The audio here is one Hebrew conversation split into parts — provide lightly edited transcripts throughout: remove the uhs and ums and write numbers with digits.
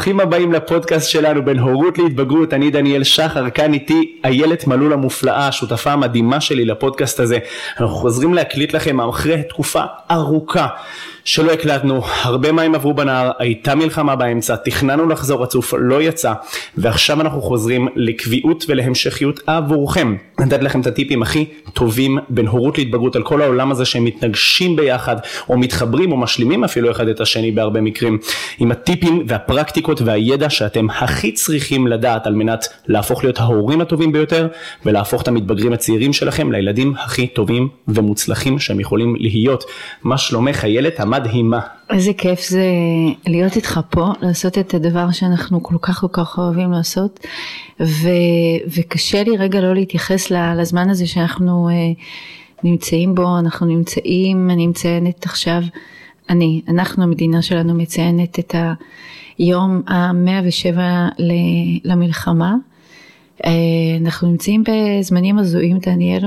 ברוכים הבאים לפודקאסט שלנו בין הורות להתבגרות. אני דניאל שחר, כאן איתי איילת מלול המופלאה, השותפה המדהימה שלי לפודקאסט הזה. אנחנו חוזרים להקליט לכם אחרי תקופה ארוכה שלא הקלטנו, הרבה מים עברו בנהר, הייתה מלחמה באמצע, תכננו לחזור רצוף, לא יצא, ועכשיו אנחנו חוזרים לקביעות ולהמשכיות עבורכם. נתת לכם את הטיפים הכי טובים בין הורות להתבגרות על כל העולם הזה שהם מתנגשים ביחד, או מתחברים או משלימים אפילו אחד את השני בהרבה מקרים, עם הטיפים והפרקטיקות והידע שאתם הכי צריכים לדעת על מנת להפוך להיות ההורים הטובים ביותר, ולהפוך את המתבגרים הצעירים שלכם לילדים הכי טובים ומוצלחים שהם יכולים להיות. מה שלומך איילת? מדהימה. איזה כיף זה להיות איתך פה, לעשות את הדבר שאנחנו כל כך אוהבים לעשות, וקשה לי רגע לא להתייחס לזמן הזה שאנחנו נמצאים בו, אני מציינת עכשיו, אנחנו המדינה שלנו מציינת את היום ה-107 למלחמה, אנחנו נמצאים בזמנים הזויים דניאל,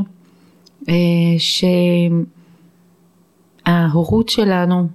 ההורות שלנו,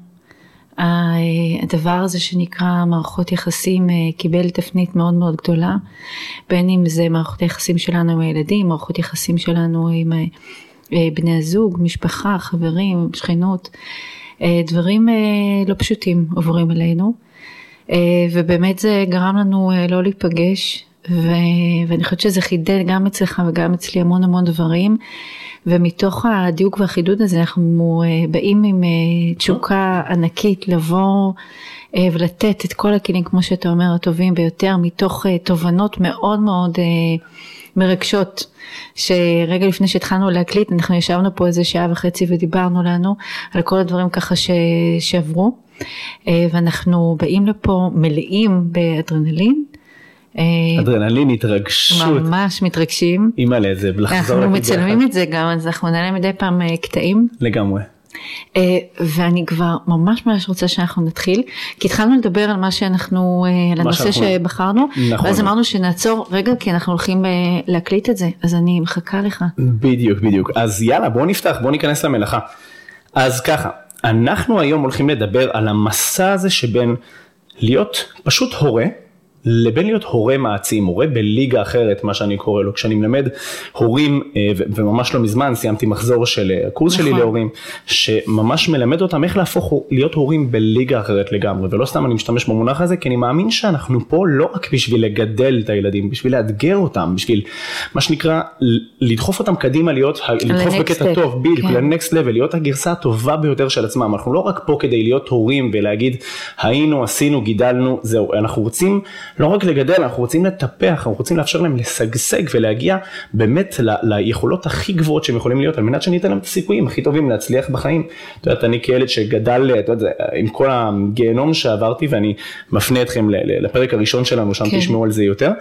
הדבר הזה שנקרא מערכות יחסים קיבל תפנית מאוד מאוד גדולה, בין אם זה מערכות יחסים שלנו עם הילדים, מערכות יחסים שלנו עם בני הזוג, משפחה, חברים, שכנות, דברים לא פשוטים עוברים אלינו, ובאמת זה גרם לנו לא להיפגש, ואני חושבת שזה חידד גם אצלך וגם אצלי המון דברים, ומתוך הדיוק והחידוד הזה אנחנו באים עם תשוקה ענקית לבוא ולתת את כל הכלים כמו שאתה אומר הטובים ביותר, מתוך תובנות מאוד מרגשות, שרגע לפני שהתחלנו להקליט אנחנו ישבנו פה איזה שעה וחצי ודיברנו לנו על כל הדברים ככה שעברו, ואנחנו באים לפה מלאים באדרנלין, אדרנלין, התרגשות, ממש מתרגשים. אימא'לה, זה לחזור אנחנו מצלמים את זה גם, אז אנחנו נעלה מדי פעם קטעים. לגמרי. ואני כבר ממש רוצה שאנחנו נתחיל, כי התחלנו לדבר על מה שאנחנו, על הנושא שבחרנו, ואז אמרנו שנעצור רגע, כי אנחנו הולכים להקליט את זה, אז אני מחכה לך. בדיוק. אז יאללה, בוא נפתח, בוא ניכנס למלאכה. אז ככה, אנחנו היום הולכים לדבר על המסע הזה שבין להיות פשוט הורה, לבין להיות הורה מעצים, הורה בליגה אחרת, מה שאני קורא לו, כשאני מלמד הורים, וממש לא מזמן סיימתי מחזור של הקורס שלי להורים, שממש מלמד אותם איך להפוך להיות הורים בליגה אחרת לגמרי, ולא סתם אני משתמש במונח הזה, כי אני מאמין שאנחנו פה לא רק בשביל לגדל את הילדים, בשביל לאתגר אותם, בשביל מה שנקרא, לדחוף אותם קדימה, לדחוף בקטע טוב, בדיוק, לנקסט לבל, להיות הגרסה הטובה ביותר של עצמם. אנחנו לא רק פה כדי להיות הורים ולהגיד, היינו, עשינו, גידלנו, זהו. אנחנו רוצים לא רק לגדל, אנחנו רוצים לטפח, אנחנו רוצים לאפשר להם לשגשג ולהגיע באמת ליכולות הכי גבוהות שהם יכולים להיות, על מנת שניתן להם את הסיכויים הכי טובים להצליח בחיים. אתה יודע, אני כילד שגדל, אתה יודע, עם כל הגיהנום שעברתי, ואני מפנה אתכם לפרק הראשון שלנו, שם תשמעו על זה יותר.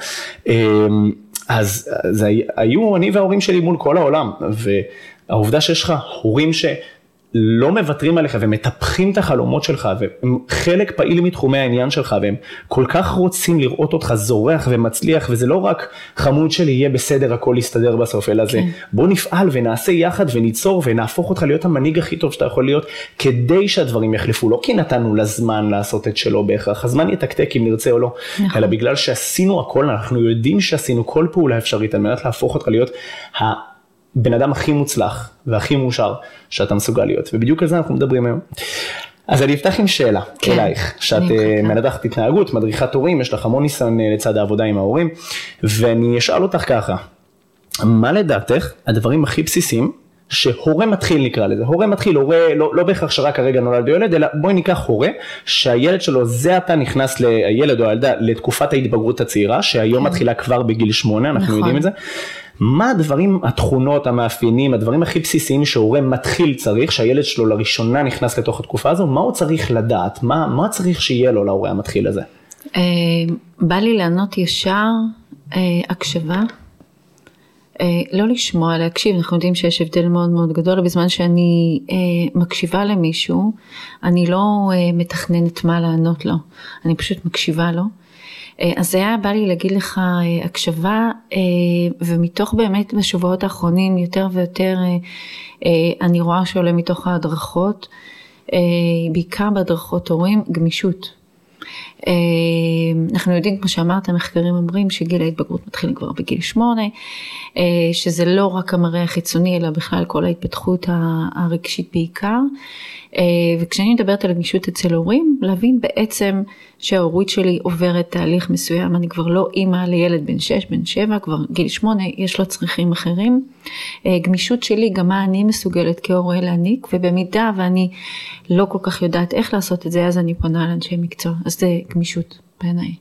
אז היו אני וההורים שלי מול כל העולם, והעובדה שיש לך הורים לא מוותרים עליך ומטפחים את החלומות שלך, והם חלק פעיל מתחומי העניין שלך, והם כל כך רוצים לראות אותך זורח ומצליח, וזה לא רק חמוד שלי יהיה בסדר, הכל יסתדר בסוף, אלא זה בוא נפעל ונעשה יחד וניצור ונהפוך אותך להיות המנהיג הכי טוב שאתה יכול להיות, כדי שהדברים יחלפו, לא כי נתנו לזמן לעשות את שלו בהכרח, הזמן יתקתק אם נרצה או לא, אלא בגלל שעשינו הכל, אנחנו יודעים שעשינו כל פעולה אפשרית, על מנת להפוך אותך להיות בן אדם הכי מוצלח והכי מאושר שאתה מסוגל להיות, ובדיוק על זה אנחנו מדברים היום. אז אני אפתח עם שאלה אלייך, שאת מנתחת התנהגות, מדריכת הורים, יש לך המון ניסיון לצד העבודה עם ההורים, ואני אשאל אותך ככה, מה לדעתך הדברים הכי בסיסיים שהורה מתחיל, נקרא לזה, הורה מתחיל, הורה לא בהכרח שרק הרגע נולד ילד, אלא בואי ניקח הורה שהילד שלו זה אתה נכנס לילד או הילדה לתקופת ההתבגרות הצעירה, שהיום מתחילה כבר בגיל 8, אנחנו יודעים את זה. מה הדברים, התכונות, המאפיינים, הדברים הכי בסיסיים שההורה מתחיל צריך, שהילד שלו לראשונה נכנס לתוך התקופה הזו, מה הוא צריך לדעת? מה צריך שיהיה לו להורה המתחיל הזה? בא לי לענות ישר, הקשבה, לא לשמוע, להקשיב. אנחנו יודעים שיש הבדל מאוד מאוד גדול, בזמן שאני מקשיבה למישהו, אני לא מתכננת מה לענות לו, אני פשוט מקשיבה לו. אז היה בא לי להגיד לך הקשבה, ומתוך באמת בשבועות האחרונים יותר ויותר אני רואה שעולה מתוך ההדרכות, בעיקר בהדרכות הורים, גמישות. אנחנו יודעים, כמו שאמרת, המחקרים אומרים שגיל ההתבגרות מתחיל כבר בגיל 8, שזה לא רק המראה החיצוני, אלא בכלל כל ההתפתחות הרגשית בעיקר. וכשאני מדברת על הגמישות אצל הורים, להבין בעצם שההורית שלי עוברת תהליך מסוים, אני כבר לא אימא לילד בן 6, בן 7, כבר גיל 8, יש לו צרכים אחרים. גמישות שלי, גם מה אני מסוגלת כהורה להעניק, ובמידה ואני לא כל כך יודעת איך לעשות את זה, אז אני פונה לאנשי מקצוע. אז זה גמישות בעיניי.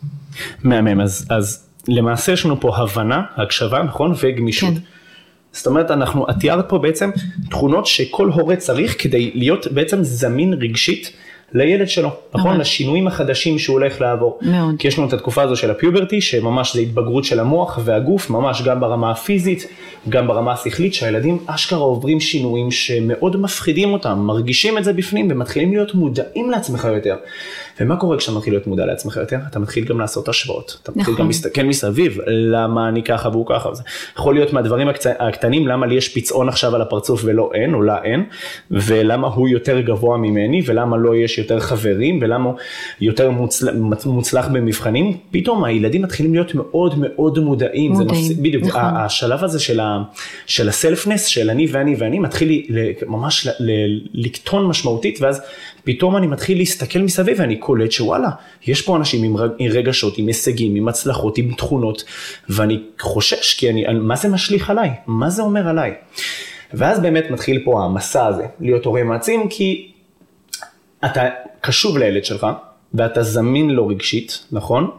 מהמם, אז למעשה יש לנו פה הבנה, הקשבה, נכון? וגמישות. כן. זאת אומרת, את תיארת פה בעצם תכונות שכל הורה צריך כדי להיות בעצם זמין רגשית לילד שלו, נכון? לשינויים החדשים שהוא הולך לעבור. מאוד. כי יש לנו את התקופה הזו של הפיוברטי, שממש זה התבגרות של המוח והגוף, ממש גם ברמה הפיזית, גם ברמה השכלית, שהילדים אשכרה עוברים שינויים שמאוד מפחידים אותם, מרגישים את זה בפנים ומתחילים להיות מודעים לעצמך יותר. ומה קורה כשאתה מתחיל להיות מודע לעצמך יותר? אתה מתחיל גם לעשות השוואות, אתה מתחיל גם להסתכל מסביב, למה אני ככה והוא ככה. זה יכול להיות מהדברים הקטנים, למה לי יש פצעון עכשיו על הפרצוף ולא אין, או לא אין, ולמה הוא יותר גבוה ממני, ולמה לא יש יותר חברים, ולמה הוא יותר מוצלח במבחנים. פתאום הילדים מתחילים להיות מאוד מאוד מודעים. בדיוק, השלב הזה של הסלפנס, של אני ואני ואני, מתחיל ממש לקטון משמעותית, ואז פתאום אני מתחיל להסתכל מסביב, ואני קולט שוואלה, יש פה אנשים עם רגשות, עם הישגים, עם הצלחות, עם תכונות, ואני חושש, כי מה זה משליך עליי? מה זה אומר עליי? ואז באמת מתחיל פה המסע הזה, להיות הורה מעצים, כי אתה קשוב לילד שלך, ואתה זמין לו רגשית, נכון?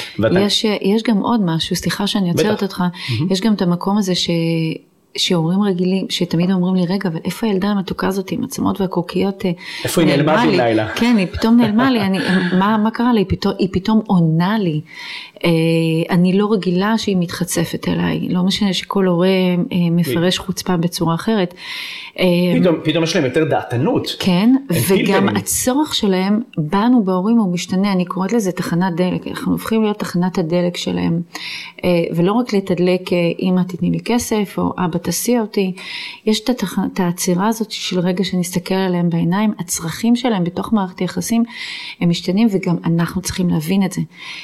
יש גם עוד משהו, סליחה שאני עוצרת אותך, יש גם את המקום הזה שהורים רגילים, שתמיד אומרים לי, רגע, אבל איפה הילדה המתוקה הזאת עם עצמות והקוקיות? איפה היא נעלמה לי לילה? כן, היא פתאום נעלמה לי, מה קרה לי? היא פתאום עונה לי. אני לא רגילה שהיא מתחצפת אליי, לא משנה שכל הורה מפרש חוצפה בצורה אחרת. פתאום יש להם יותר דעתנות. כן, וגם הצורך שלהם, בנו בהורים הוא משתנה, אני קוראת לזה תחנת דלק, אנחנו הופכים להיות תחנת הדלק שלהם, ולא רק לתדלק אמא תתני לי כסף, או אבא תסיע אותי, יש את העצירה הזאת של רגע שנסתכל עליהם בעיניים, הצרכים שלהם בתוך מערכת היחסים, הם משתנים, וגם אנחנו צריכים להבין את זה.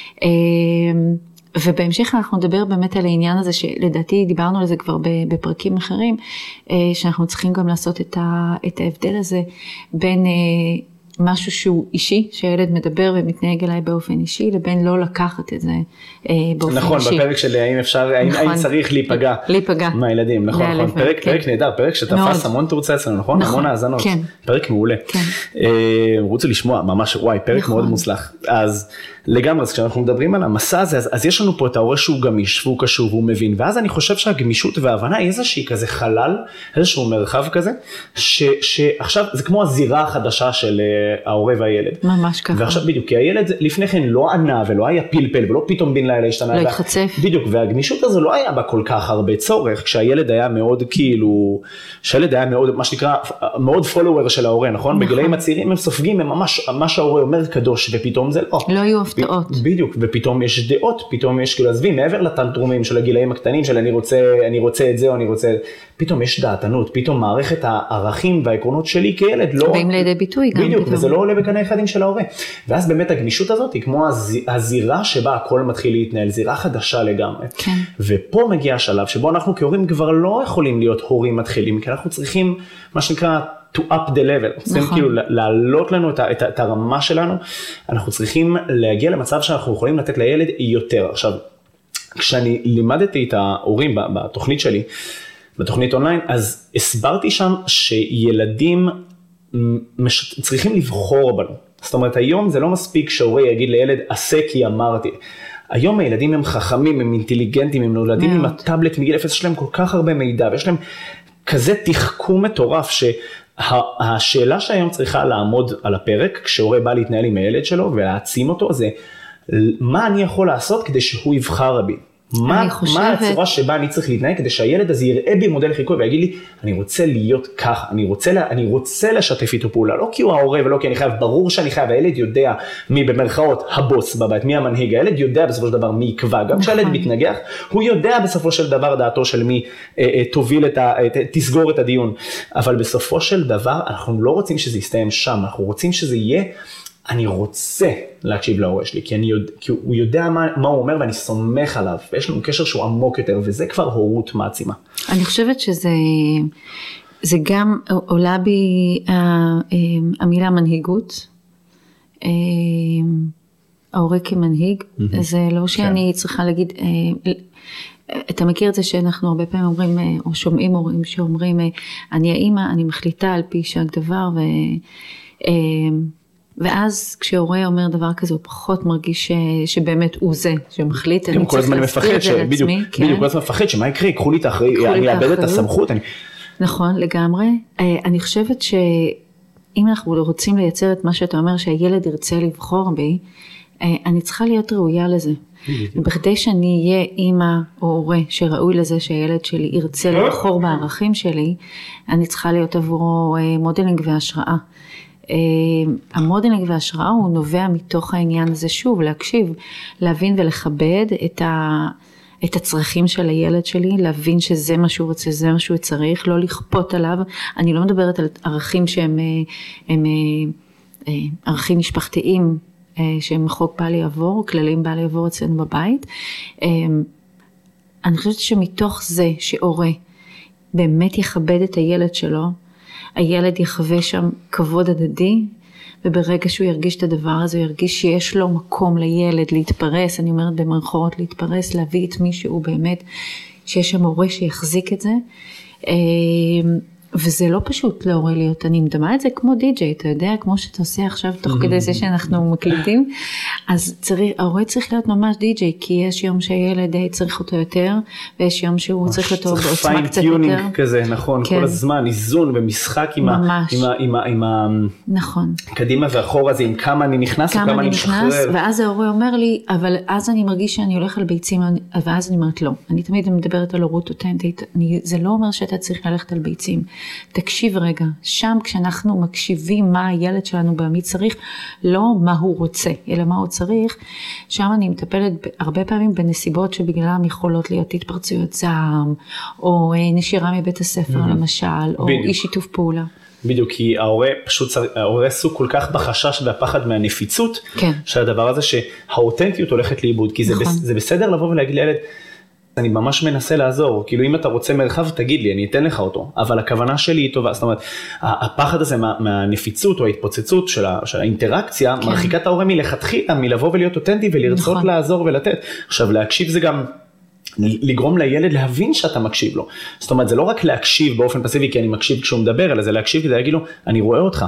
ובהמשך אנחנו נדבר באמת על העניין הזה, שלדעתי דיברנו על זה כבר בפרקים אחרים, שאנחנו צריכים גם לעשות את ההבדל הזה, בין משהו שהוא אישי, שהילד מדבר ומתנהג אליי באופן אישי, לבין לא לקחת את זה באופן נכון, אישי. נכון, בפרק שלי, האם צריך להיפגע מהילדים, נכון, פרק נהדר, פרק שתפס המון תורצה אצלנו, נכון? המון האזנות, פרק מעולה. רוצה לשמוע, ממש, וואי, פרק מאוד מוצלח. אז לגמרי, אז כשאנחנו מדברים על המסע הזה, אז יש לנו פה את ההורה שהוא גמיש, והוא קשוב, והוא מבין, ואז אני חושב שהגמישות וההבנה היא איזושהי כזה חלל, איזשהו מרחב כזה, שעכשיו זה כמו הזירה החדשה של ההורה והילד. ממש ככה. ועכשיו בדיוק, כי הילד לפני כן לא ענה, ולא היה פלפל, ולא פתאום בן לילה השתנה. לא התחצף. בדיוק, והגמישות הזו לא היה בה כל כך הרבה צורך, כשהילד היה מאוד כאילו, שהילד היה מאוד, מה שנקרא, מאוד פולוור של ההורה, נכון? בגילאים הצעירים הם סופגים, הם ממש, מה שההורה אומר קדוש, ופתאום זה לא. לא היו הפתעות. בדיוק, ופתאום יש דעות, פתאום יש כאילו, עזבי, מעבר לטנטרומים של הגילאים הקטנים, של אני רוצה את זה, או אני רוצה, פתאום יש דעתנות, פתאום מערכת הערכים והעקרונות שלי כילד לא... באים לידי ביטוי גם. בדיוק, וזה לא עולה בקנה אחד עם של ההורה. ואז באמת הגמישות הזאת היא כמו הזירה שבה הכל מתחיל להתנהל, זירה חדשה לגמרי. כן. ופה מגיע השלב שבו אנחנו כהורים כבר לא יכולים להיות הורים מתחילים, כי אנחנו צריכים, מה שנקרא, to up the level, צריכים כאילו להעלות לנו את הרמה שלנו, אנחנו צריכים להגיע למצב שאנחנו יכולים לתת לילד יותר. עכשיו, כשאני לימדתי את ההורים בתוכנית שלי, בתוכנית אונליין, אז הסברתי שם שילדים צריכים לבחור בנו. זאת אומרת, היום זה לא מספיק שההורה יגיד לילד, עשה כי אמרתי. היום הילדים הם חכמים, הם אינטליגנטים, הם נולדים עם הטאבלט מגיל 0, יש להם כל כך הרבה מידע, ויש להם כזה תחכום מטורף, שהשאלה שהיום צריכה לעמוד על הפרק, כשהורה בא להתנהל עם הילד שלו ולהעצים אותו, זה מה אני יכול לעשות כדי שהוא יבחר בי? מה הצורה שבה אני צריך להתנהג כדי שהילד הזה יראה בי מודל חיקוי ויגיד לי, אני רוצה להיות ככה, אני רוצה לשתף איתו פעולה, לא כי הוא ההורה ולא כי אני חייב, ברור שאני חייב, הילד יודע מי במרכאות הבוס בבית, מי המנהיג, הילד יודע בסופו של דבר מי יקבע, גם כשהילד מתנגח, הוא יודע בסופו של דבר דעתו של מי תוביל תסגור את הדיון, אבל בסופו של דבר אנחנו לא רוצים שזה יסתיים שם, אנחנו רוצים שזה יהיה אני רוצה להקשיב להורה שלי, כי הוא יודע מה הוא אומר ואני סומך עליו, ויש לנו קשר שהוא עמוק יותר, וזה כבר הורות מעצימה. אני חושבת זה גם עולה בי המילה מנהיגות, ההורה כמנהיג, זה לא שאני צריכה להגיד, אתה מכיר את זה שאנחנו הרבה פעמים אומרים, או שומעים הורים שאומרים, אני האמא, אני מחליטה על פי שק דבר, ואז כשהורה אומר דבר כזה, הוא פחות מרגיש שבאמת הוא זה שמחליט, אני צריך להסתיר את זה לעצמי. בדיוק, כל הזמן מפחד, שמה יקרה? יקחו לי את האחריות, אני אאבד את הסמכות. נכון, לגמרי. אני חושבת שאם אנחנו רוצים לייצר את מה שאתה אומר, שהילד ירצה לבחור בי, אני צריכה להיות ראויה לזה. בכדי שאני אהיה אימא או הורה שראוי לזה שהילד שלי ירצה לבחור בערכים שלי, אני צריכה להיות עבורו מודלינג והשראה. המודלינג וההשראה הוא נובע מתוך העניין הזה, שוב, להקשיב, להבין ולכבד את הצרכים של הילד שלי, להבין שזה מה שהוא רוצה, זה מה שהוא צריך, לא לכפות עליו. אני לא מדברת על ערכים שהם ערכים משפחתיים, שהם חוק בא לעבור, כללים בא לעבור אצלנו בבית. אני חושבת שמתוך זה שהורה באמת יכבד את הילד שלו, הילד יחווה שם כבוד הדדי, וברגע שהוא ירגיש את הדבר הזה, הוא ירגיש שיש לו מקום לילד להתפרס, אני אומרת במרכאות להתפרס, להביא את מי שהוא באמת, שיש שם הורה שיחזיק את זה, וזה לא פשוט להורה להיות, אני מדמה את זה כמו די-ג'יי, אתה יודע, כמו שאתה עושה עכשיו תוך כדי זה שאנחנו מקליטים, אז ההורה צריך להיות ממש די-ג'יי, כי יש יום שהילד צריך אותו יותר, ויש יום שהוא צריך אותו בעוצמה קצת יותר. פיין-טיונינג כזה, נכון, כל הזמן, איזון ומשחק עם קדימה ואחורה הזה, עם כמה אני נכנס וכמה אני משחרר. ואז ההורה אומר לי, אבל אז אני מרגיש שאני הולך על ביצים, ואז אני אומרת לא, אני תמיד מדברת על הורות אותנטית, זה לא אומר שאתה צריך ללכת על ביצים. תקשיב רגע, שם כשאנחנו מקשיבים מה הילד שלנו באמת צריך, לא מה הוא רוצה, אלא מה הוא צריך, שם אני מטפלת הרבה פעמים בנסיבות שבגללם יכולות להיות התפרצויות זעם, או נשירה מבית הספר למשל, או אי שיתוף פעולה. בדיוק, כי ההורה עסוק כל כך בחשש והפחד מהנפיצות, של הדבר הזה שהאותנטיות הולכת לאיבוד, כי זה בסדר לבוא ולהגיד לילד, אני ממש מנסה לעזור, כאילו אם אתה רוצה מרחב תגיד לי, אני אתן לך אותו, אבל הכוונה שלי היא טובה, זאת אומרת, הפחד הזה מהנפיצות או ההתפוצצות של האינטראקציה, מרחיקה את ההורה מלכתחילה, מלבוא ולהיות אותנטי ולרצות לעזור ולתת. עכשיו להקשיב זה גם לגרום לילד להבין שאתה מקשיב לו, זאת אומרת זה לא רק להקשיב באופן פסיבי כי אני מקשיב כשהוא מדבר, אלא זה להקשיב כדי להגיד לו, אני רואה אותך.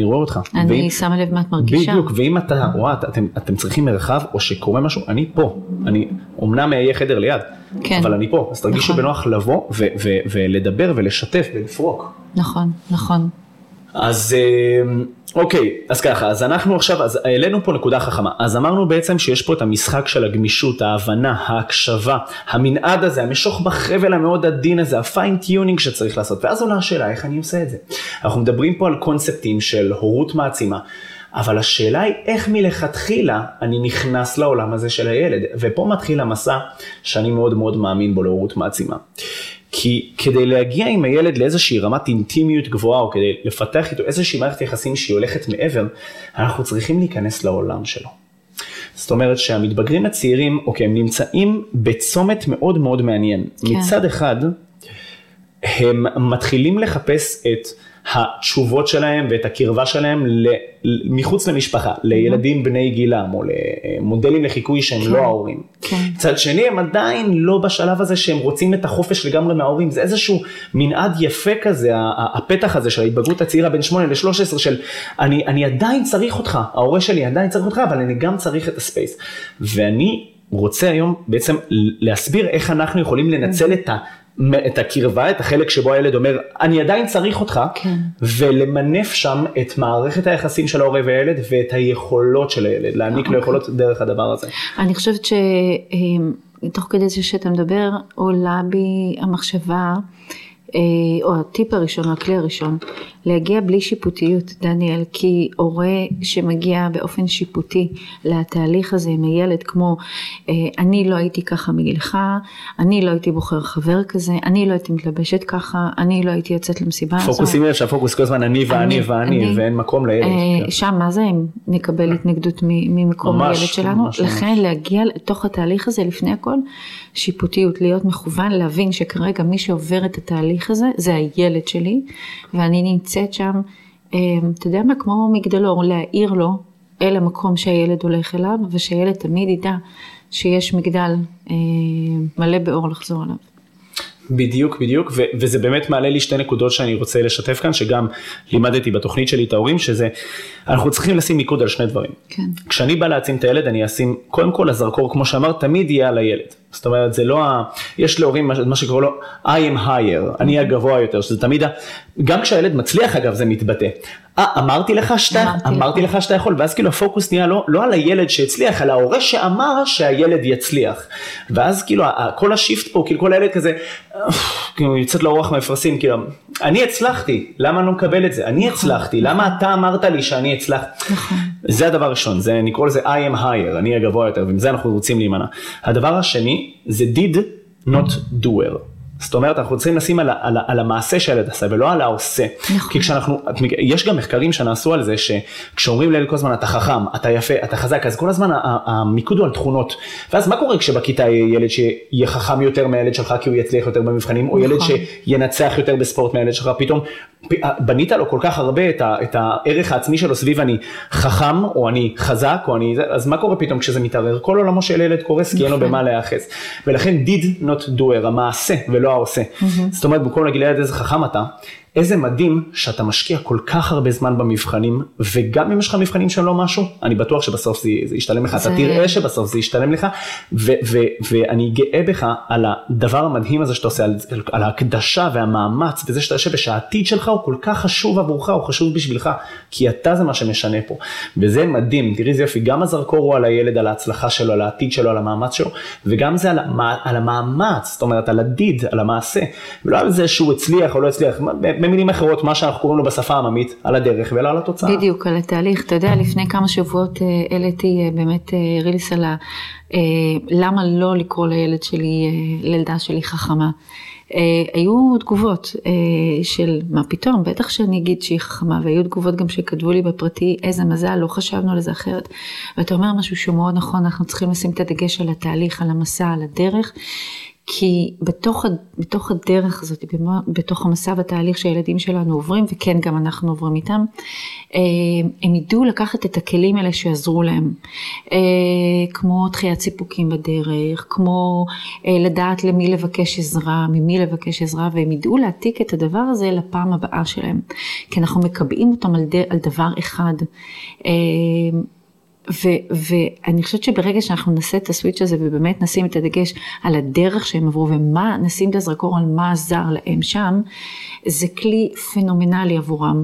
אני שמה לב מה את מרגישה. בדיוק, ואם אתם צריכים מרחב או שקורה משהו, אני פה. אני אומנם אהיה חדר ליד, אבל אני פה. אז תרגישו בנוח לבוא ולדבר ולשתף ולפרוק. נכון, נכון. אז אוקיי, אז ככה, אז אנחנו עכשיו, אז העלינו פה נקודה חכמה, אז אמרנו בעצם שיש פה את המשחק של הגמישות, ההבנה, ההקשבה, המנעד הזה, המשוך בחבל המאוד עדין הזה, הפיין-טיונינג שצריך לעשות, ואז עולה השאלה, איך אני עושה את זה? אנחנו מדברים פה על קונספטים של הורות מעצימה, אבל השאלה היא איך מלכתחילה אני נכנס לעולם הזה של הילד, ופה מתחיל המסע שאני מאוד מאוד מאמין בו להורות מעצימה. כי כדי להגיע עם הילד לאיזושהי רמת אינטימיות גבוהה, או כדי לפתח איתו איזושהי מערכת יחסים שהיא הולכת מעבר, אנחנו צריכים להיכנס לעולם שלו. זאת אומרת שהמתבגרים הצעירים, אוקיי, הם נמצאים בצומת מאוד מאוד מעניין. כן. מצד אחד, הם מתחילים לחפש את התשובות שלהם ואת הקרבה שלהם מחוץ למשפחה, לילדים בני גילם או למודלים לחיקוי שהם לא ההורים. צד שני הם עדיין לא בשלב הזה שהם רוצים את החופש לגמרי מההורים, זה איזשהו מנעד יפה כזה, הפתח הזה של ההתבגרות הצעירה בין 8 ל-13 של אני עדיין צריך אותך, ההורה שלי עדיין צריך אותך, אבל אני גם צריך את הספייס. ואני רוצה היום בעצם להסביר איך אנחנו יכולים לנצל את הקרבה, את החלק שבו הילד אומר, אני עדיין צריך אותך, ולמנף שם את מערכת היחסים של ההורה והילד, ואת היכולות של הילד, להעניק לו יכולות דרך הדבר הזה. אני חושבת שתוך כדי זה שאתה מדבר, עולה בי המחשבה, או הטיפ הראשון, או הכלי הראשון, להגיע בלי שיפוטיות, דניאל, כי הורה שמגיע באופן שיפוטי לתהליך הזה עם הילד, כמו אני לא הייתי ככה מגילך, אני לא הייתי בוחר חבר כזה, אני לא הייתי מתלבשת ככה, אני לא הייתי יוצאת למסיבה הזו. פוקוסים לב שהפוקוס כל הזמן אני ואני ואני, ואין מקום לילד. שם מה זה אם נקבל התנגדות ממקום הילד שלנו? לכן להגיע לתוך התהליך הזה לפני הכל, שיפוטיות, להיות מכוון, להבין שכרגע מי שעובר את התהליך הזה, זה הילד שלי, ואני נמצאת שם, אתה יודע מה, כמו מגדלור, להעיר לו אל המקום שהילד הולך אליו, ושהילד תמיד ידע שיש מגדל מלא באור לחזור אליו. בדיוק, וזה באמת מעלה לי שתי נקודות שאני רוצה לשתף כאן, שגם לימדתי בתוכנית שלי את ההורים, שזה, אנחנו צריכים לשים מיקוד על שני דברים. כן. כשאני בא להעצים את הילד, אני אשים, קודם כל הזרקור, כמו שאמרת, תמיד יהיה על הילד. זאת אומרת, זה לא, יש להורים מה שקורא לו, I am higher, אני הגבוה יותר, שזה תמיד, גם כשהילד מצליח אגב זה מתבטא. אמרתי לך שאתה יכול, ואז כאילו הפוקוס נהיה לא על הילד שהצליח, על ההורה שאמר שהילד יצליח. ואז כאילו כל השיפט פה, כאילו כל הילד כזה, כאילו יוצאת לאורח מפרסים, כאילו, אני הצלחתי, למה אני לא מקבל את זה? אני הצלחתי, למה אתה אמרת לי שאני הצלח? זה הדבר הראשון, זה נקרא לזה I am higher, אני הגבוה יותר, ומזה אנחנו רוצים להימנע. הדבר השני זה did not doer. זאת אומרת, אנחנו צריכים לשים על המעשה שהילד עשה, ולא על העושה. כי כשאנחנו, יש גם מחקרים שנעשו על זה, שכשאומרים לילד כל הזמן, אתה חכם, אתה יפה, אתה חזק, אז כל הזמן המיקוד הוא על תכונות. ואז מה קורה כשבכיתה יהיה ילד שיהיה חכם יותר מהילד שלך, כי הוא יצליח יותר במבחנים, או ילד שינצח יותר בספורט מהילד שלך, פתאום בנית לו כל כך הרבה את הערך העצמי שלו סביב אני חכם, או אני חזק, או אני, אז מה קורה פתאום כשזה מתערער? כל עולמו של ילד קורס, כי אין לו במה להיאחז. ולכן did not doer, המעשה ולא העושה. זאת אומרת, במקום להגיד לילד איזה חכם אתה, איזה מדהים שאתה משקיע כל כך הרבה זמן במבחנים, וגם אם יש לך מבחנים שהם לא משהו, אני בטוח שבסוף זה ישתלם לך, אתה תראה שבסוף זה ישתלם לך, ואני גאה בך על הדבר המדהים הזה שאתה עושה, על ההקדשה והמאמץ, וזה שאתה יושב בשעתית שלך הוא כל כך חשוב עבורך, הוא חשוב בשבילך, כי אתה זה מה שמשנה פה, וזה מדהים, תראי זה יופי, גם הזרקור הוא על הילד, על ההצלחה שלו, על העתיד שלו, על המאמץ שלו, וגם זה על המאמץ, זאת אומרת, על הדיד, על המעשה, ולא על זה שהוא הצליח או לא הצליח, במילים אחרות, מה שאנחנו קוראים לו בשפה העממית, על הדרך ולא על התוצאה. בדיוק, על התהליך. אתה יודע, לפני כמה שבועות העליתי באמת רילס על למה לא לקרוא לילד שלי, לילדה שלי חכמה. היו תגובות של מה פתאום, בטח שאני אגיד שהיא חכמה, והיו תגובות גם שכתבו לי בפרטי, איזה מזל, לא חשבנו לזה אחרת. ואתה אומר משהו שהוא מאוד נכון, אנחנו צריכים לשים את הדגש על התהליך, על המסע, על הדרך, כי בתוך הדרך הזאת, בתוך המסע והתהליך שהילדים שלנו עוברים, וכן גם אנחנו עוברים איתם, הם ידעו לקחת את הכלים האלה שיעזרו להם, כמו דחיית סיפוקים בדרך, כמו לדעת למי לבקש עזרה, ממי לבקש עזרה, והם ידעו להעתיק את הדבר הזה לפעם הבאה שלהם, כי אנחנו מקבעים אותם על דבר אחד, ואני חושבת שברגע שאנחנו נעשה את הסוויץ' הזה ובאמת נשים את הדגש על הדרך שהם עברו ומה, נשים את הזרקור על מה עזר להם שם, זה כלי פנומנלי עבורם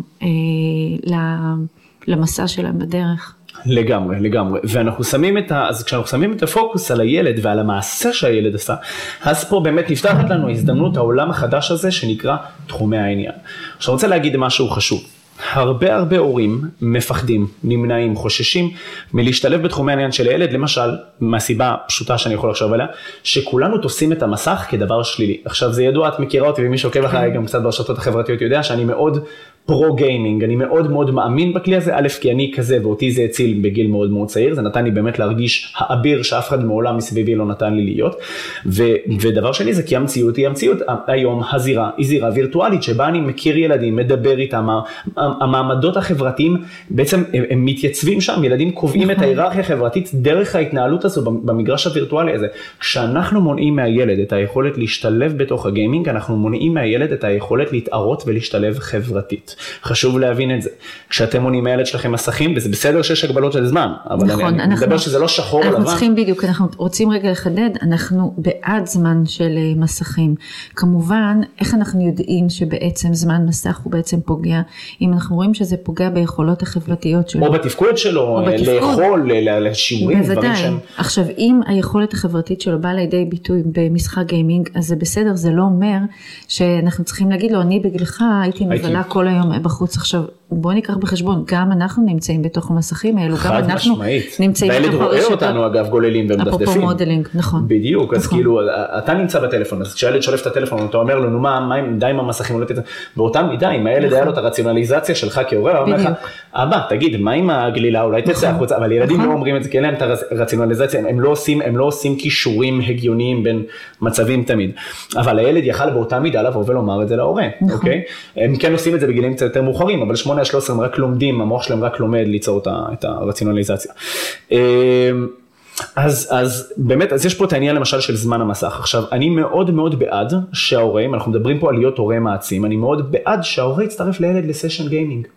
למסע שלהם בדרך. לגמרי, ואנחנו שמים אז כשאנחנו שמים את הפוקוס על הילד ועל המעשה שהילד עשה, אז פה באמת נפתחת לנו הזדמנות העולם החדש הזה שנקרא תחומי העניין. עכשיו רוצה להגיד משהו חשוב. הרבה הורים מפחדים, נמנעים, חוששים מלהשתלב בתחומי העניין של הילד, למשל, מהסיבה פשוטה שאני יכול לחשוב עליה, שכולנו תופסים את המסך כדבר שלילי. עכשיו זה ידוע, את מכירה אותי, ומי שעוקב אחריי גם קצת ברשתות החברתיות יודע שאני מאוד פרו-גיימינג, אני מאוד מאמין בכלי הזה, א' כי אני כזה, ואותי זה הציל בגיל מאוד צעיר, זה נתן לי באמת להרגיש האביר שאף אחד מעולם מסביבי לא נתן לי להיות, ודבר שני זה כי המציאות היא המציאות, היום הזירה היא זירה וירטואלית, שבה אני מכיר ילדים, מדבר איתם, המעמדות החברתיים בעצם הם מתייצבים שם, ילדים קובעים את ההיררכיה החברתית דרך ההתנהלות הזו במגרש הווירטואלי הזה. כשאנחנו מונעים מהילד את היכולת להשתלב בתוך הגיימינג, אנחנו מונעים מהילד את היכולת להתערות ולהשתלב חברתית. חשוב להבין את זה. כשאתם עונים מהילד שלכם מסכים, וזה בסדר שיש הגבלות של זמן, אבל נכון, אני מדבר שזה לא שחור לבן. אנחנו צריכים בדיוק, אנחנו רוצים רגע לחדד, אנחנו בעד זמן של מסכים. כמובן, איך אנחנו יודעים שבעצם זמן מסך הוא בעצם פוגע, אם אנחנו רואים שזה פוגע ביכולות החברתיות שלו. או בתפקוד שלו, לאכול, לשיעורים, דברים שהם... עכשיו, אם היכולת החברתית שלו באה לידי ביטוי במשחק גיימינג, אז זה בסדר, זה לא אומר שאנחנו צריכים להגיד לו, אני בגללך הייתי מבלה כל היום בחוץ. עכשיו, בוא ניקח בחשבון, גם אנחנו נמצאים בתוך המסכים האלו, גם אנחנו נמצאים בתוך הרשתות. והילד רואה אותנו אגב גוללים ומדפדפים. אפרופו מודלינג, נכון. בדיוק, אז כאילו, אתה נמצא בטלפון, אז כשהילד שולף את הטלפון, אתה אומר לו, נו מה, די עם המסכים, באותה מידה, אם הילד היה לו את הרציונליזציה שלך כהורה, הוא אומר לך, אבא, תגיד, מה עם הגלילה, אולי תצא החוצה, אבל ילדים לא אומרים את זה, כי אין להם את הרציונליזציה, הם לא עושים קישורים הגיוניים בין מצבים תמיד. אבל הילד יכל באותה מידה לבוא ולומר את זה להורה, אוקיי? הם כן עושים את זה בגילים קצת יותר מאוחרים, אבל 8-13 הם רק לומדים, המוח שלהם רק לומד ליצור את הרציונליזציה. אז באמת, אז יש פה את העניין למשל של זמן המסך. עכשיו, אני מאוד מאוד בעד שההורה, אם אנחנו מדברים פה על להיות הורה מעצים, אני מאוד בעד שההורה יצטרף לילד לסשן גיימינג.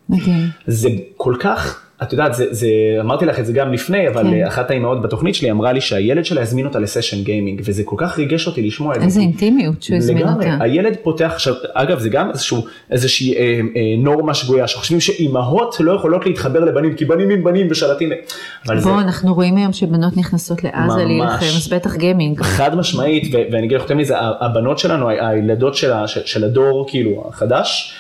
זה כל כך... את יודעת, אמרתי לך את זה גם לפני, אבל אחת האימהות בתוכנית שלי אמרה לי שהילד שלה הזמין אותה לסשן גיימינג, וזה כל כך ריגש אותי לשמוע את זה. איזה אינטימיות שהוא הזמין אותה. הילד פותח, עכשיו, אגב, זה גם איזושהי נורמה שגויה, שחושבים שאימהות לא יכולות להתחבר לבנים, כי בנים עם בנים ושלטים. בוא, אנחנו רואים היום שבנות נכנסות לעזה להילחם, אז בטח גיימינג. חד משמעית, ואני אגיד לכם מזה, הבנות שלנו, הילדות של הדור, כאילו, החדש,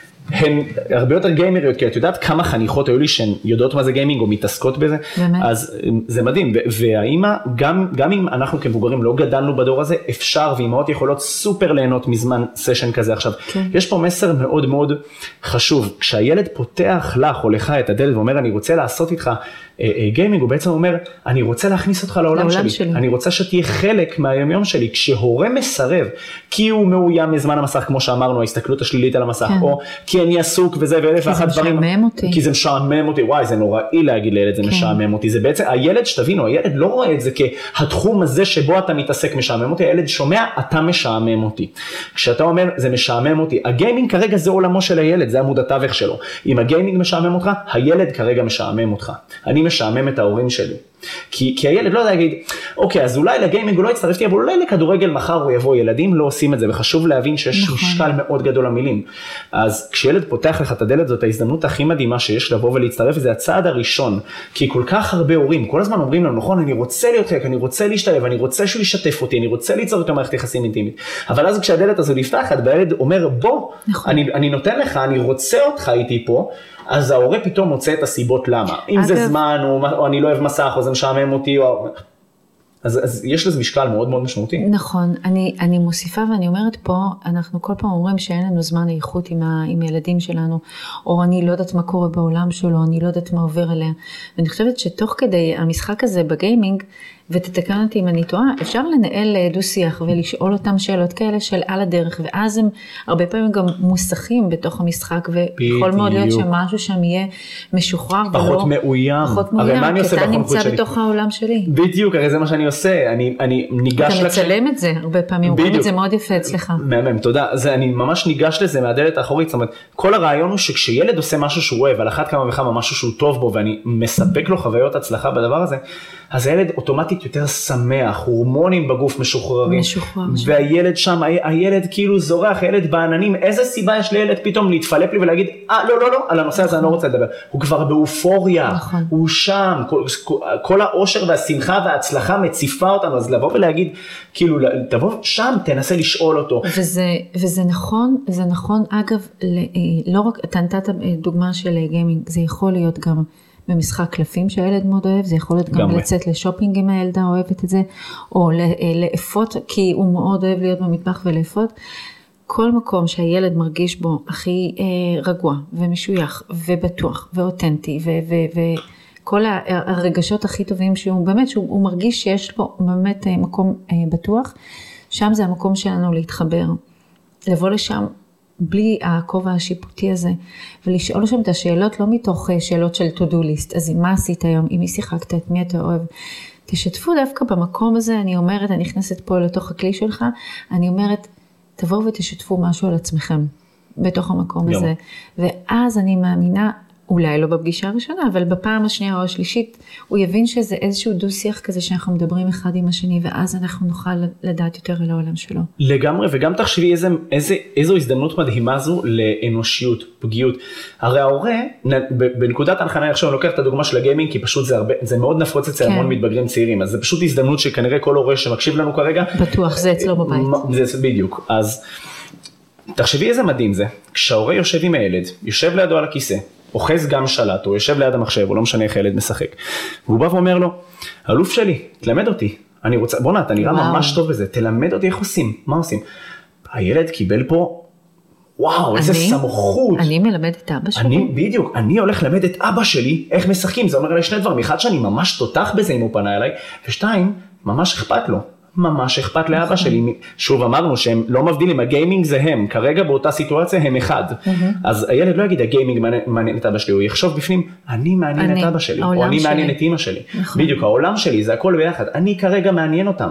הן הרבה יותר גיימריות, כי את יודעת כמה חניכות היו לי שהן יודעות מה זה גיימינג או מתעסקות בזה, באמת? אז זה מדהים, והאימא, גם אם אנחנו כמבוגרים לא גדלנו בדור הזה, אפשר, ואימהות יכולות סופר ליהנות מזמן סשן כזה. עכשיו, יש פה מסר מאוד מאוד חשוב, כשהילד פותח לך או לך את הדלת ואומר, אני רוצה לעשות איתך גיימינג, הוא בעצם אומר, אני רוצה להכניס אותך לעולם שלי, אני רוצה שתהיה חלק מהיומיום שלי. כשהורה מסרב, כי הוא מאוים מזמן המסך, כמו שאמרנו, ההסתכלות השלילית על המסך, או כי אני עסוק וזה ואלף ואחת דברים, כי זה משעמם אותי, וואי, זה נוראי להגיד לילד, זה משעמם אותי, זה בעצם, הילד שתבינו, הילד לא רואה את זה כהתחום הזה שבו אתה מתעסק משעמם אותי, הילד שומע, אתה משעמם אותי. כשאתה אומר, זה משעמם אותי, הגיימינג כרגע זה עולמו של הילד, זה עמוד התווך שלו. אם הגיימינג משעמם אותך, הילד כרגע משעמם אותך. אני משעמם את ההורים שלי. כי הילד לא יודע להגיד, אוקיי, אז אולי לגיימינג הוא לא יצטרפתי, אבל אולי לכדורגל מחר הוא יבוא. ילדים לא עושים את זה, וחשוב להבין שיש משקל מאוד גדול למילים. אז כשילד פותח לך את הדלת, זאת ההזדמנות הכי מדהימה שיש לבוא ולהצטרף, זה הצעד הראשון. כי כל כך הרבה הורים, כל הזמן אומרים לנו, נכון, אני רוצה להיות חלק, אני רוצה להשתלב, אני רוצה שהוא ישתף אותי, אני רוצה ליצור איתו מערכת יחסים אינטימית. אבל אז כשהדלת הזו נפתחת, והילד אומר, בוא, אני נותן לך, אני רוצה אותך איתי פה, אז ההורה פתאום מוצא את הסיבות למה. אם זה זמן, או אני לא אוהב מסך, או זה משעמם אותי, אז יש לזה משקל מאוד מאוד משמעותי. נכון, אני מוסיפה ואני אומרת פה, אנחנו כל פעם אומרים שאין לנו זמן איכות עם ילדים שלנו, או אני לא יודעת מה קורה בעולם שלו, אני לא יודעת מה עובר אליה. ואני חושבת שתוך כדי המשחק הזה בגיימינג, ותתקן אותי אם אני טועה, אפשר לנהל דו שיח ולשאול אותם שאלות כאלה של על הדרך, ואז הם הרבה פעמים גם מוסכים בתוך המשחק, ויכול מאוד להיות שמשהו שם יהיה משוחרר, פחות מאוים. פחות מאוים, כי אתה נמצא בתוך העולם שלי. בדיוק, הרי זה מה שאני עושה, אני ניגש... אתה מצלם את זה, הרבה פעמים רואים את זה מאוד יפה אצלך. מהמם, תודה. אני ממש ניגש לזה מהדלת האחורית, זאת אומרת, כל הרעיון הוא שכשילד עושה משהו שהוא אוהב, על אחת כמה וכמה משהו שהוא טוב בו, ואני מספק לו חוויות הצלחה בדבר הזה, אז הילד אוטומטית יותר שמח, הורמונים בגוף משוחררים, והילד שם, הילד כאילו זורח, הילד בעננים, איזה סיבה יש לילד פתאום להתפלפ לי ולהגיד, לא, על הנושא הזה אני לא רוצה לדבר, הוא כבר באופוריה, הוא שם, כל האושר והשמחה וההצלחה מציפה אותנו, אז לבוא ולהגיד, כאילו, תבוא שם, תנסה לשאול אותו. וזה נכון, אגב, לא רק, אתה נתת דוגמה של גיימינג, זה יכול להיות גם, במשחק קלפים שהילד מאוד אוהב, זה יכול להיות גם לצאת לשופינג אם הילדה אוהבת את זה, או לאפות, כי הוא מאוד אוהב להיות במטבח ולאפות. כל מקום שהילד מרגיש בו הכי רגוע ומשוייך ובטוח ואותנטי, וכל הרגשות הכי טובים שהוא באמת, שהוא מרגיש שיש לו באמת מקום בטוח, שם זה המקום שלנו להתחבר, לבוא לשם, בלי הכובע השיפוטי הזה, ולשאול לשם את השאלות לא מתוך שאלות של to do list, אז מה עשית היום, עם מי שיחקת, את מי אתה אוהב, תשתפו דווקא במקום הזה, אני אומרת, אני נכנסת פה לתוך הכלי שלך, אני אומרת, תבואו ותשתפו משהו על עצמכם, בתוך המקום הזה. ואז אני מאמינה, אולי לא בפגישה הראשונה, אבל בפעם השנייה או השלישית, הוא יבין שזה איזשהו דו-שיח כזה שאנחנו מדברים אחד עם השני, ואז אנחנו נוכל לדעת יותר על העולם שלו. לגמרי, וגם תחשבי איזו הזדמנות מדהימה זו לאנושיות, פגיעות. הרי ההורה, בנקודת ההנחנה, עכשיו אני לוקח את הדוגמה של הגיימינג, כי פשוט זה מאוד נפוץ אצל המון מתבגרים צעירים, אז זה פשוט הזדמנות שכנראה כל הורה שמקשיב לנו כרגע, בטוח, זה אצלו בבית. זה בדיוק, אז תחשבי איזה מדהים זה, כשההורה יושב עם הילד, יושב לידו על הכיסא, אוחז גם שלט, או יושב ליד המחשב, או לא משנה איך הילד משחק. והוא בא ואומר לו, אלוף שלי, תלמד אותי. אני רוצה, בוא נה, אתה נראה ממש טוב בזה, תלמד אותי איך עושים, מה עושים? הילד קיבל פה, וואו, איזה סמכות. אני מלמד את אבא שלי? בדיוק, אני הולך ללמד את אבא שלי איך משחקים, זה אומר עליי שני דברים, אחד שאני ממש תותח בזה אם הוא פנה אליי, ושתיים, ממש אכפת לו. ממש אכפת לאבא שלי, שוב אמרנו שהם לא מבדילים, הגיימינג זה הם, כרגע באותה סיטואציה הם אחד, אז הילד לא יגיד הגיימינג מעניין את אבא שלי, הוא יחשוב בפנים, אני מעניין את אבא שלי, או אני מעניין את אמא שלי, בדיוק העולם שלי זה הכל ביחד, אני כרגע מעניין אותם,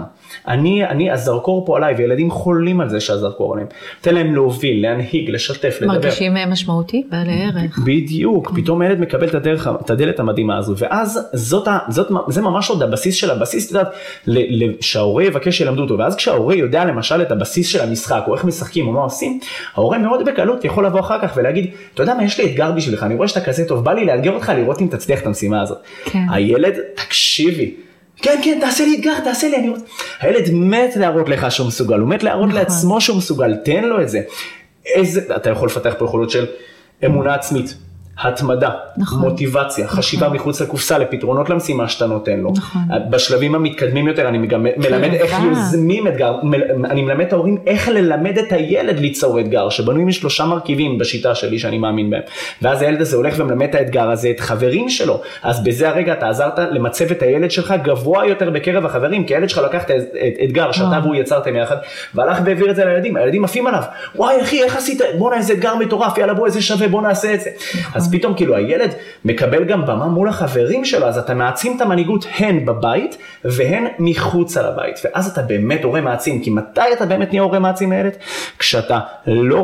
הזרקור פה עליי, וילדים חולים על זה שהזרקור עליהם, תן להם להוביל, להנהיג, לשתף, לדבר. מרגישים משמעותי, בעלי ערך. בדיוק, פתאום הילד מקבל את הדלת המדהימה הזו, ואז זה ממש עוד הבסיס של הבסיס, אתה יודע, שההורה יבקש שילמדו אותו, ואז כשההורה יודע למשל את הבסיס של המשחק, או איך משחקים, או מה עושים, ההורה מאוד בקלות יכול לבוא אחר כך ולהגיד, אתה יודע מה, יש לי אתגר בשבילך, אני רואה שאתה כזה טוב, בא לי לאתגר אותך לראות אם תצליח את המשימה הזאת. הילד, תקשיבי, כן, תעשה לי אתגר, תעשה לי, אני רוצה. הילד מת להראות לך שהוא מסוגל, הוא מת להראות לעצמו שהוא מסוגל, תן לו את זה. אתה יכול לפתח פה יכולות של אמונה עצמית, התמדה, מוטיבציה, חשיבה מחוץ לקופסה לפתרונות למשימה שאתה נותן לו. בשלבים המתקדמים יותר אני מלמד איך יוזמים אתגר, אני מלמד את ההורים איך ללמד את הילד ליצור אתגר, שבנויים מ3 מרכיבים בשיטה שלי שאני מאמין בהם. ואז הילד הזה הולך ומלמד את האתגר הזה, את חברים שלו. אז בזה הרגע אתה עזרת למצב את הילד שלך גבוה יותר בקרב החברים, כי הילד שלך לקח את האתגר שאתה והוא יצרתם יחד, והלך והעביר את זה לילדים. הילדים עפים עליו. וואי אחי, איך עשית? בוא נעשה אתגר מטורף, יאללה בוא איזה שווה, בוא נעשה את זה. אז פתאום כאילו הילד מקבל גם במה מול החברים שלו, אז אתה מעצים את המנהיגות הן בבית והן מחוץ על הבית, ואז אתה באמת הורה מעצים, כי מתי אתה באמת נהיה הורה מעצים לילד? כשאתה לא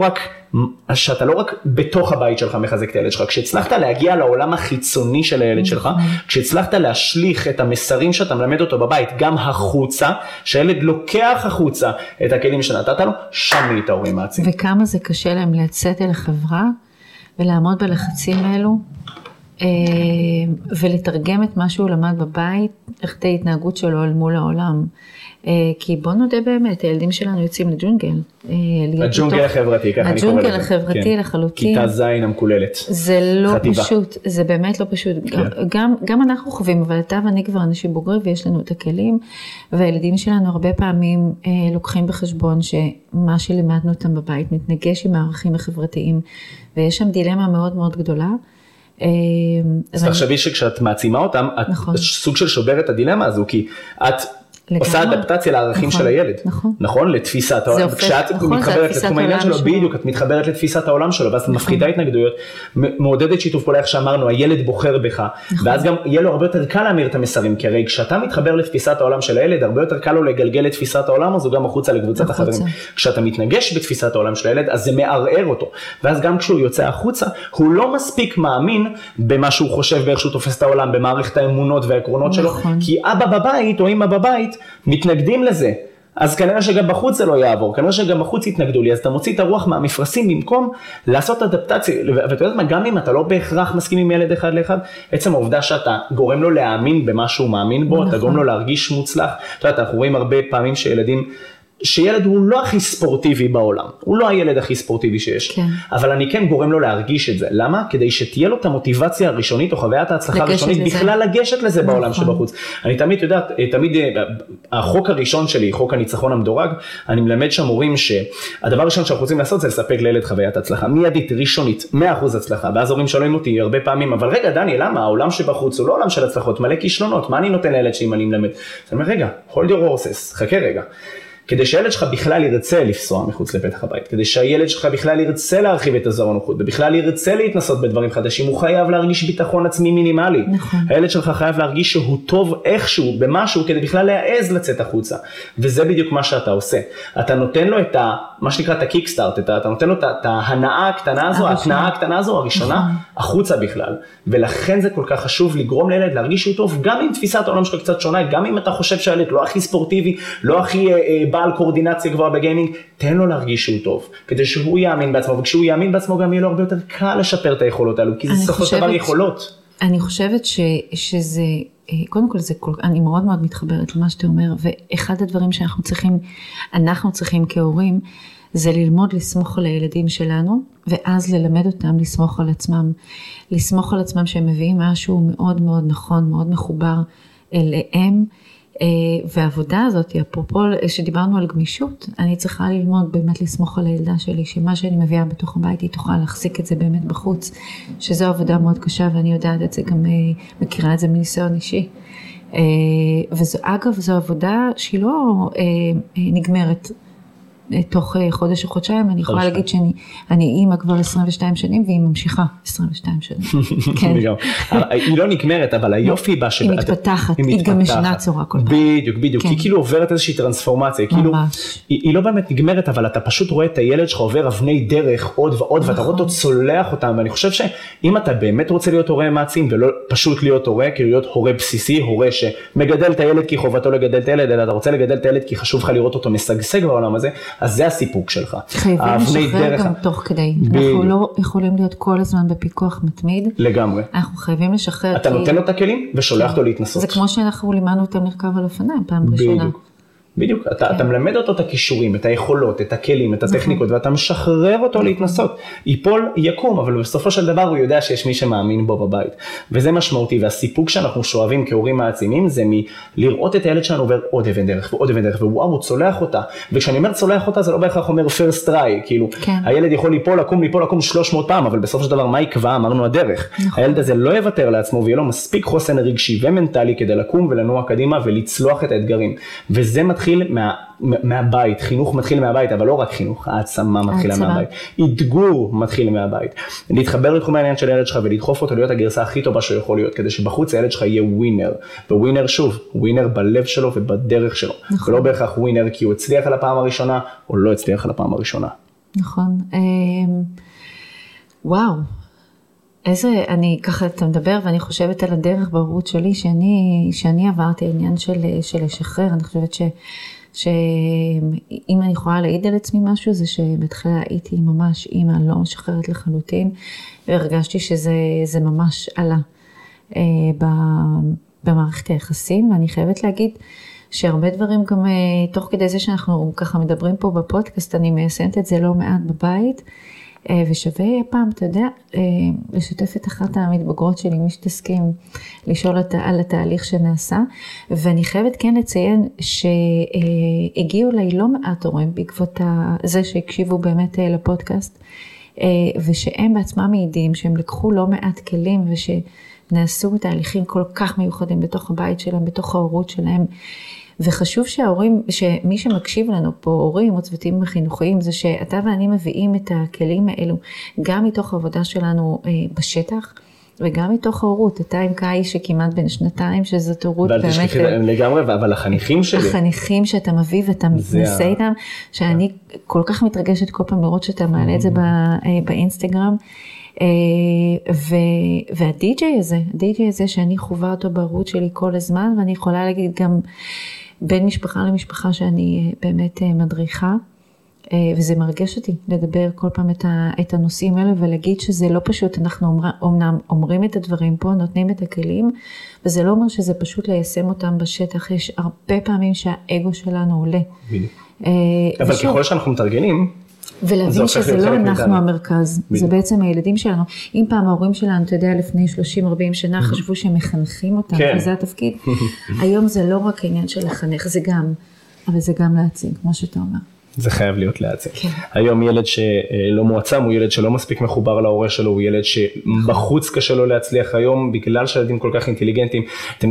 רק בתוך הבית שלך מחזק את הילד שלך, כשהצלחת להגיע לעולם החיצוני של הילד שלך, כשהצלחת להשליך את המסרים שאתה מלמד אותו בבית, גם החוצה, שהילד לוקח החוצה את הכלים שנתת לו, שם נהיית הורה מעצים. וכמה זה קשה להם לצאת אל החברה, ולעמוד בלחצים האלו, ולתרגם את מה שהוא למד בבית, איך את ההתנהגות שלו אל מול העולם. כי בוא נודה באמת, הילדים שלנו יוצאים לג'ונגל. הג'ונגל החברתי, ככה אני קורא לזה. הג'ונגל החברתי לחלוטין. כיתה זין המקוללת. זה לא פשוט, זה באמת לא פשוט. גם אנחנו חווים, אבל אתה ואני כבר אנשים בוגרים, ויש לנו את הכלים, והילדים שלנו הרבה פעמים לוקחים בחשבון שמה שלימדנו אותם בבית מתנגש עם הערכים החברתיים, ויש שם דילמה מאוד מאוד גדולה. אז תחשבי שכשאת מעצימה אותם, את סוג של שובר את הדילמה הזו, כי את עושה אדפטציה לערכים של הילד, נכון? לתפיסת העולם, כשאת מתחברת לתחום העניין שלו, בדיוק, את מתחברת לתפיסת העולם שלו, ואז את מפחידה התנגדויות, מעודדת שיתוף פעולה, איך שאמרנו, הילד בוחר בך, ואז גם יהיה לו הרבה יותר קל להמיר את המסרים, כי הרי כשאתה מתחבר לתפיסת העולם של הילד, הרבה יותר קל לו לגלגל את תפיסת העולם, אז הוא גם החוצה לקבוצת החברים. כשאתה מתנגש בתפיסת העולם של הילד, אז זה מערער אותו, ואז גם כשהוא יוצא החוצה, הוא לא מספיק מאמין במה שהוא חושב ואיך שהוא תופס את העולם, במערכת האמונות והעקרונות שלו, כי אבא בבית או אמא בבית מתנגדים לזה, אז כנראה שגם בחוץ זה לא יעבור, כנראה שגם בחוץ יתנגדו לי, אז אתה מוציא את הרוח מהמפרשים במקום לעשות אדפטציה, ואתה יודעת מה, גם אם אתה לא בהכרח מסכים עם ילד אחד לאחד, עצם העובדה שאתה גורם לו להאמין במה שהוא מאמין בו, אתה גורם לו להרגיש מוצלח, אתה יודעת, אנחנו רואים הרבה פעמים שילד הוא לא הכי ספורטיבי בעולם, הוא לא הילד הכי ספורטיבי שיש, אבל אני כן גורם לו להרגיש את זה, למה? כדי שתהיה לו את המוטיבציה הראשונית או חוויית ההצלחה הראשונית בכלל לגשת לזה בעולם שבחוץ. אני תמיד יודעת, החוק הראשון שלי, חוק הניצחון המדורג, אני מלמד שם מורים שהדבר הראשון שאנחנו רוצים לעשות זה לספק לילד חוויית הצלחה, מיידית, ראשונית, 100% הצלחה, ואז הורים שואלים אותי הרבה פעמים, אבל רגע דני, למה? העולם שבחוץ הוא לא עולם של הצלחות, מלא כישלונות, מה אני נותן לילד שאם אני מלמד? אז אני אומר, רגע, hold your horses, חכה רגע. כדי שהילד שלך בכלל ירצה לפסוע מחוץ לפתח הבית, כדי שהילד שלך בכלל ירצה להרחיב את אזור הנוחות, ובכלל ירצה להתנסות בדברים חדשים, הוא חייב להרגיש ביטחון עצמי מינימלי. נכון. הילד שלך חייב להרגיש שהוא טוב איכשהו, במשהו, כדי בכלל להעז לצאת החוצה. וזה בדיוק מה שאתה עושה. אתה נותן לו את מה שנקרא את הקיקסטארט, אתה נותן לו את ההנאה הקטנה הזו, ההתנאה הקטנה הזו, הראשונה, החוצה בכלל. ולכן זה כל כך חשוב לגרום לילד להרגיש שהוא טוב, גם אם תפיסת העולם שלך קצת שונה, גם אם אתה חושב שהילד לא הכי ספורטיבי, לא הכי בעל קואורדינציה גבוהה בגיימינג, תן לו להרגיש שהוא טוב, כדי שהוא יאמין בעצמו, וכשהוא יאמין בעצמו גם יהיה לו הרבה יותר קל לשפר את היכולות האלו, כי זה סופו של דבר יכולות. אני חושבת שזה, קודם כל אני מאוד מאוד מתחברת למה שאתה אומר, ואחד הדברים שאנחנו צריכים כהורים, זה ללמוד לסמוך על הילדים שלנו, ואז ללמד אותם לסמוך על עצמם. לסמוך על עצמם שהם מביאים משהו מאוד מאוד נכון, מאוד מחובר אליהם, והעבודה הזאת, אפרופו שדיברנו על גמישות, אני צריכה ללמוד באמת לסמוך על הילדה שלי, שמה שאני מביאה בתוך הבית, היא תוכל להחזיק את זה באמת בחוץ, שזו עבודה מאוד קשה, ואני יודעת את זה גם, מכירה את זה מניסיון אישי. אגב, זו עבודה שהיא לא נגמרת, תוך חודש או חודשיים, אני יכולה להגיד שאני אימא כבר 22 שנים, והיא ממשיכה 22 שנים. כן. היא לא נגמרת, אבל היופי בה היא מתפתחת, היא גם משנה צורה כל פעם. בדיוק, היא כאילו עוברת איזושהי טרנספורמציה, היא לא באמת נגמרת, אבל אתה פשוט רואה את הילד שלך עובר אבני דרך עוד ועוד, ואתה רואה אותו צולח אותם, ואני חושב שאם אתה באמת רוצה להיות הורה מעצים, ולא פשוט להיות הורה, כאילו להיות הורה בסיסי, הורה שמגדל את הילד כי חובתו לגדל את הילד, אלא אתה רוצה לגדל את הילד כי חשוב לך לראות אותו משגשג בעולם הזה, אז זה הסיפוק שלך. חייבים לשחרר גם תוך כדי. אנחנו לא יכולים להיות כל הזמן בפיקוח מתמיד. לגמרי. אנחנו חייבים לשחרר. אתה נותן לו את הכלים ושולח אותו להתנסות. זה כמו שאנחנו לימדנו אותם לרכב על אופניים פעם ראשונה. בדיוק, אתה מלמד אותו את הכישורים, את היכולות, את הכלים, את הטכניקות, ואתה משחרר אותו להתנסות. ייפול, יקום, אבל בסופו של דבר הוא יודע שיש מי שמאמין בו בבית. וזה משמעותי, והסיפוק שאנחנו שואבים כהורים מעצימים, זה מלראות את הילד שלנו עובר עוד אבן דרך ועוד אבן דרך, ווואו, הוא צולח אותה. וכשאני אומר צולח אותה, זה לא בהכרח אומר first try, כאילו, הילד יכול ליפול, לקום 300 פעם, אבל בסופו של דבר מה יקבע? אמרנו הדרך. הילד הזה לא יוותר לעצמו, ויהיה לו מספיק חוסן רגשי ומנטלי כדי לקום ולנוע קדימה ולצלוח את האתגרים. וזה מתחיל מהבית, חינוך מתחיל מהבית, אבל לא רק חינוך, העצמה מתחילה מהבית, אתגור מתחיל מהבית. להתחבר לתחום העניין של הילד שלך ולדחוף אותו להיות הגרסה הכי טובה שהוא יכול להיות, כדי שבחוץ הילד שלך יהיה ווינר, וווינר שוב, ווינר בלב שלו ובדרך שלו, ולא בהכרח ווינר כי הוא הצליח על הפעם הראשונה, או לא הצליח על הפעם הראשונה. נכון. וואו. אני ככה אתה מדבר ואני חושבת על הדרך בהורות שלי שאני עברתי העניין של לשחרר. אני חושבת שאם אני יכולה להעיד על עצמי משהו, זה שבתחילה הייתי ממש אימא לא משחררת לחלוטין, והרגשתי שזה ממש עלה במערכת היחסים, ואני חייבת להגיד שהרבה דברים גם תוך כדי זה שאנחנו ככה מדברים פה בפודקאסט, אני מיישמת את זה לא מעט בבית, ושווה פעם, אתה יודע, לשתף את אחת המתבגרות שלי, מי שתסכים, לשאול על התהליך שנעשה, ואני חייבת כן לציין שהגיעו אליי לא מעט הורים בעקבות זה שהקשיבו באמת לפודקאסט, ושהם בעצמם מעידים שהם לקחו לא מעט כלים, ושנעשו תהליכים כל כך מיוחדים בתוך הבית שלהם, בתוך ההורות שלהם, וחשוב שההורים, שמי שמקשיב לנו פה, הורים או צוותים חינוכיים, זה שאתה ואני מביאים את הכלים האלו, גם מתוך העבודה שלנו בשטח, וגם מתוך ההורות. אתה עם קאי שכמעט בין שנתיים, שזאת הורות באמת... ואל תשכחי לגמרי, אבל החניכים שלי... החניכים שאתה מביא ואתה מתנסה איתם, שאני כל כך מתרגשת כל פעם לראות שאתה מעלה את זה באינסטגרם, והדי-ג'יי הזה שאני חובה אותו בהורות שלי כל הזמן, ואני יכולה להגיד גם בין משפחה למשפחה שאני באמת מדריכה, וזה מרגש אותי לדבר כל פעם את הנושאים האלה, ולהגיד שזה לא פשוט, אנחנו אומנם אומרים את הדברים פה, נותנים את הכלים, וזה לא אומר שזה פשוט ליישם אותם בשטח, יש הרבה פעמים שהאגו שלנו עולה. אבל ככל שאנחנו מתרגלים, ולהבין שזה לא אנחנו המרכז, זה בעצם הילדים שלנו. אם פעם ההורים שלנו, אתה יודע, לפני 30-40 שנה חשבו שהם מחנכים אותם, וזה התפקיד. היום זה לא רק העניין של לחנך, זה גם, אבל זה גם להציג, כמו שאתה אומר. זה חייב להיות לאט זה. היום ילד שלא מועצם, הוא ילד שלא מספיק מחובר להורה שלו, הוא ילד שבחוץ קשה לו להצליח היום, בגלל שילדים כל כך אינטליגנטים.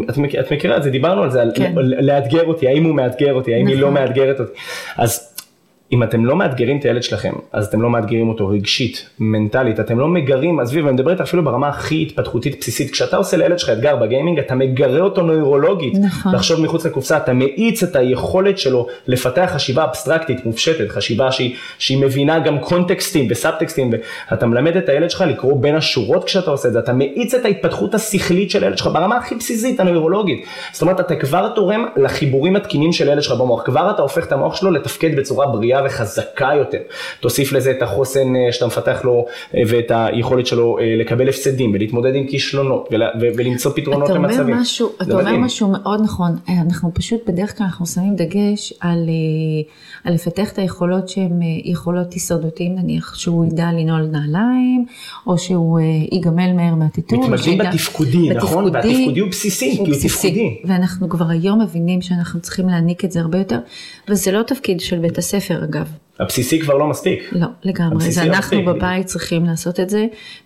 את מכירה את זה, דיברנו על זה, לאתגר אותי, האם הוא מאתגר אותי, האם היא לא מאתגרת אותי. אז אם אתם לא מאתגרים את הילד שלכם, אז אתם לא מאתגרים אותו רגשית, מנטלית, אתם לא מגרים, עזבי, ואני מדברת אפילו ברמה הכי התפתחותית בסיסית, כשאתה עושה לילד שלך אתגר בגיימינג, אתה מגרה אותו נוירולוגית, לחשוב מחוץ לקופסה, אתה מאיץ את היכולת שלו לפתח חשיבה אבסטרקטית, מופשטת, חשיבה שהיא מבינה גם קונטקסטים וסאבטקסטים, ואתה מלמד את הילד שלך לקרוא בין השורות כשאתה עושה את זה, אתה מאיץ את ההתפתחות השכלית של הילד שלך ברמה הכי בסיסית, הנוירולוגית. זאת אומרת, אתה כבר תורם לחיבורים התקינים של הילד שלך במוח, כבר אתה הופך את המוח שלו לתפקד בצורה בריאה וחזקה יותר. תוסיף לזה את החוסן שאתה מפתח לו ואת היכולת שלו לקבל הפסדים ולהתמודד עם כישלונות ולמצוא פתרונות למצבים. אתה אומר משהו מאוד נכון. אנחנו פשוט בדרך כלל אנחנו שמים דגש על לפתח את היכולות שהן יכולות הישרדותיים, נניח שהוא ידע לנעול נעליים או שהוא ייגמל מהר מהטיטול. מתמקדים בתפקודי, נכון? והתפקודי הוא בסיסי, כי הוא תפקודי. ואנחנו כבר היום מבינים שאנחנו צריכים להעניק את זה הרבה יותר, וזה לא תפקיד של בית הספר אגב. הבסיסי כבר לא מספיק. לא, לגמרי. אז אנחנו בבית צריכים לעשות את זה,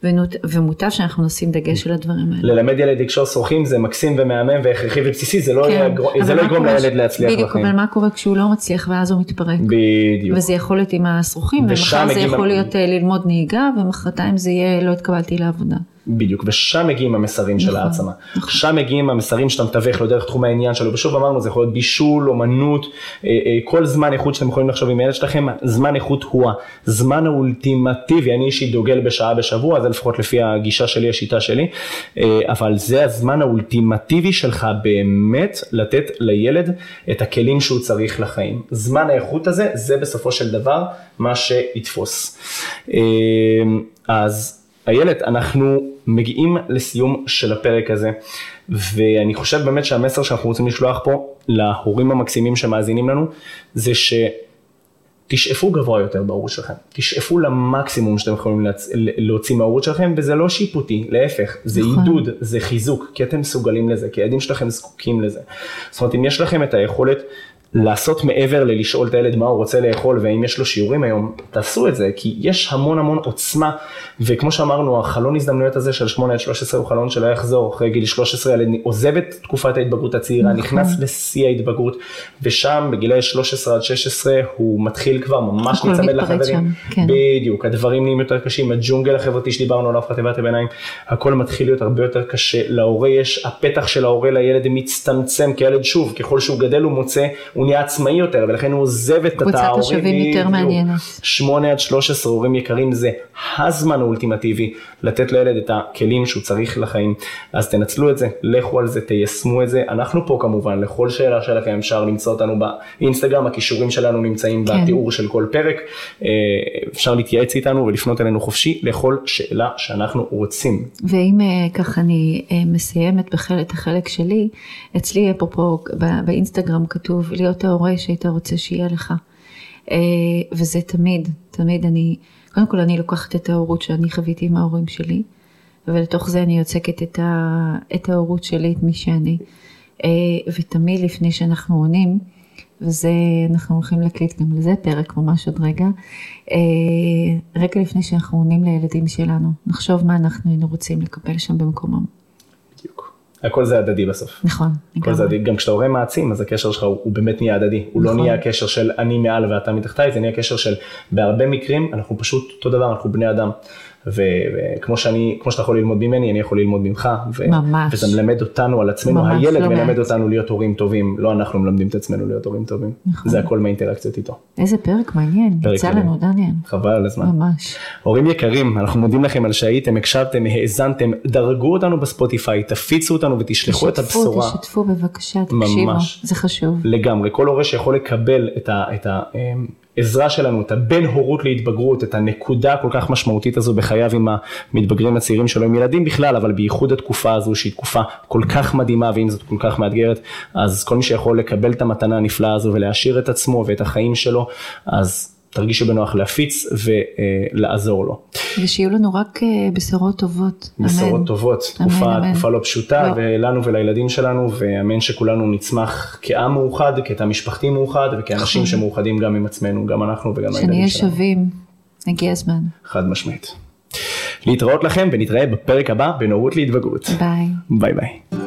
ומוטב שאנחנו נשים דגש על הדברים האלה. ללמד ילד לקשור שרוכים זה מקסים ומהמם והכרחי ובסיסי, זה לא יגרום לילד להצליח בחיים. בדיוק, אבל מה קורה כשהוא לא מצליח ואז הוא מתפרק? בדיוק. וזה יכול להיות עם השרוכים, ומחר זה יכול להיות ללמוד נהיגה, ומחרתיים זה יהיה לא התקבלתי לעבודה. בדיוק, ושם מגיעים המסרים של העצמה. שם מגיעים המסרים שאתה מתווך לו דרך תחום העניין שלו, ושוב אמרנו, זה יכול להיות בישול, אומנות, כל זמן איכות שאתם יכולים לחשוב עם הילד שלכם, זמן איכות הוא הזמן האולטימטיבי, אני אישי דוגל בשעה בשבוע, זה לפחות לפי הגישה שלי, השיטה שלי, אבל זה הזמן האולטימטיבי שלך באמת לתת לילד את הכלים שהוא צריך לחיים. זמן האיכות הזה, זה בסופו של דבר מה שיתפוס. אז הילד, אנחנו מגיעים לסיום של הפרק הזה, ואני חושב באמת שהמסר שאנחנו רוצים לשלוח פה להורים המקסימים שמאזינים לנו, זה שתשאפו גבוה יותר בהורות שלכם, תשאפו למקסימום שאתם יכולים להוציא מההורות שלכם, וזה לא שיפוטי, להפך, זה עידוד, זה חיזוק, כי אתם מסוגלים לזה, כי הילדים שלכם זקוקים לזה. זאת אומרת, אם יש לכם את היכולת לעשות מעבר ללשאול את הילד מה הוא רוצה לאכול, ואם יש לו שיעורים היום, תעשו את זה, כי יש המון המון עוצמה, וכמו שאמרנו, החלון הזדמנויות הזה של 8-13 הוא חלון שלא יחזור, אחרי גיל 13 הילד עוזב את תקופת ההתבגרות הצעירה, נכנס לשיא ההתבגרות, ושם בגילי 13-16 הוא מתחיל כבר ממש להצמד לחברים, בדיוק, הדברים נהיים יותר קשים, הג'ונגל החברתי שדיברנו עליו חטיבת הביניים, הכל מתחיל להיות הרבה יותר קשה, להורה יש, הפתח של ההורה לילד מצטמצם, כי הילד שוב, ככל שהוא גדל הוא מוצא, הוא נהיה עצמאי יותר, ולכן הוא עוזב את ההורים. 8-13 הורים יקרים, זה הזמן האולטימטיבי, לתת לילד את הכלים שהוא צריך לחיים, אז תנצלו את זה, לכו על זה, תיישמו את זה, אנחנו פה כמובן, לכל שאלה שלכם אפשר למצוא אותנו באינסטגרם, הכישורים שלנו נמצאים בתיאור של כל פרק, אפשר להתייעץ איתנו ולפנות אלינו חופשי, לכל שאלה שאנחנו רוצים. ואם ככה אני מסיימת את החלק שלי, אצלי פה באינסטגרם כתוב, להיות ההורה שהיית רוצה שיהיה לך, וזה תמיד קודם כל אני לוקחת את ההורות שאני חוויתי עם ההורים שלי, ולתוך זה אני יוצקת את ההורות שלי, את מי שאני, ותמיד לפני שאנחנו עונים, וזה אנחנו הולכים להקליט גם לזה פרק ממש עוד רגע, רגע לפני שאנחנו עונים לילדים שלנו, נחשוב מה אנחנו היינו רוצים לקבל שם במקומם. בדיוק. הכל זה הדדי בסוף. נכון. הכל זה הדדי. גם כשאתה הורה מעצים, אז הקשר שלך הוא באמת נהיה הדדי. הוא לא נהיה הקשר של אני מעל ואתה מתחתיי, זה נהיה הקשר של בהרבה מקרים, אנחנו פשוט אותו דבר, אנחנו בני אדם. וכמו שאתה יכול ללמוד ממני, אני יכול ללמוד ממך. ממש. וזה מלמד אותנו על עצמנו. הילד מלמד אותנו להיות הורים טובים, לא אנחנו מלמדים את עצמנו להיות הורים טובים. זה הכל מהאינטראקציות איתו. איזה פרק מעניין. יצא לנו דניאל. חבל על הזמן. ממש. הורים יקרים, אנחנו מודים לכם על שהייתם, הקשבתם, האזנתם, דרגו אותנו בספוטיפיי, תפיצו אותנו ותשלחו את הבשורה. תשתפו בבקשה, תקשיבו. זה חשוב. לגמרי. כל הורה שיכול לקבל את העזרה שלנו, את הבין הורות להתבגרות, את הנקודה כל כך משמעותית הזו בחייו עם המתבגרים הצעירים שלו, עם ילדים בכלל, אבל בייחוד התקופה הזו שהיא תקופה כל כך מדהימה, ואם זאת כל כך מאתגרת, אז כל מי שיכול לקבל את המתנה הנפלאה הזו ולהשאיר את עצמו ואת החיים שלו, אז תרגישו בנוח להפיץ ולעזור לו. ושיהיו לנו רק בשורות טובות. בשורות טובות, תקופה לא פשוטה, ולנו ולילדים שלנו, ואמן שכולנו נצמח כעם מאוחד, כתא משפחתי מאוחד, וכאנשים שמאוחדים גם עם עצמנו, גם אנחנו וגם הילדים שלנו. שנהיה שווים, הגיע הזמן. חד משמעית. להתראות לכם ונתראה בפרק הבא בנורות להתבגרות. ביי. ביי ביי.